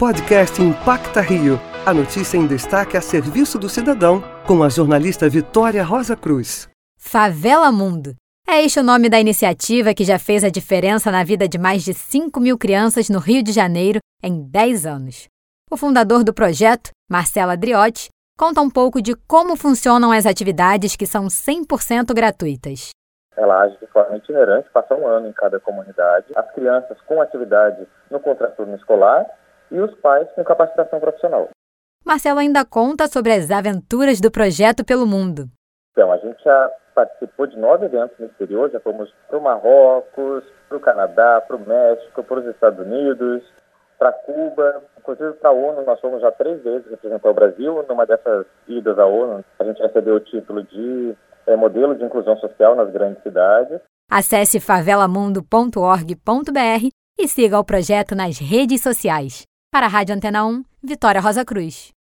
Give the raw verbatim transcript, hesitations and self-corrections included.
Podcast Impacta Rio. A notícia em destaque a serviço do cidadão, com a jornalista Vitória Rosa Cruz. Favela Mundo. É este o nome da iniciativa que já fez a diferença na vida de mais de cinco mil crianças no Rio de Janeiro em dez anos. O fundador do projeto, Marcelo Adriotti, conta um pouco de como funcionam as atividades que são cem por cento gratuitas. Ela age de forma itinerante, passa um ano em cada comunidade, as crianças com atividade no contraturno escolar e os pais com capacitação profissional. Marcelo ainda conta sobre as aventuras do projeto pelo mundo. Então, a gente já participou de nove eventos no exterior, já fomos para o Marrocos, para o Canadá, para o México, para os Estados Unidos, para Cuba, inclusive para a ONU. Nós fomos já três vezes representar o Brasil. Numa dessas idas à ONU, a gente recebeu o título de é, modelo de inclusão social nas grandes cidades. Acesse favela mundo ponto org ponto br e siga o projeto nas redes sociais. Para a Rádio Antena um, Vitória Rosa Cruz.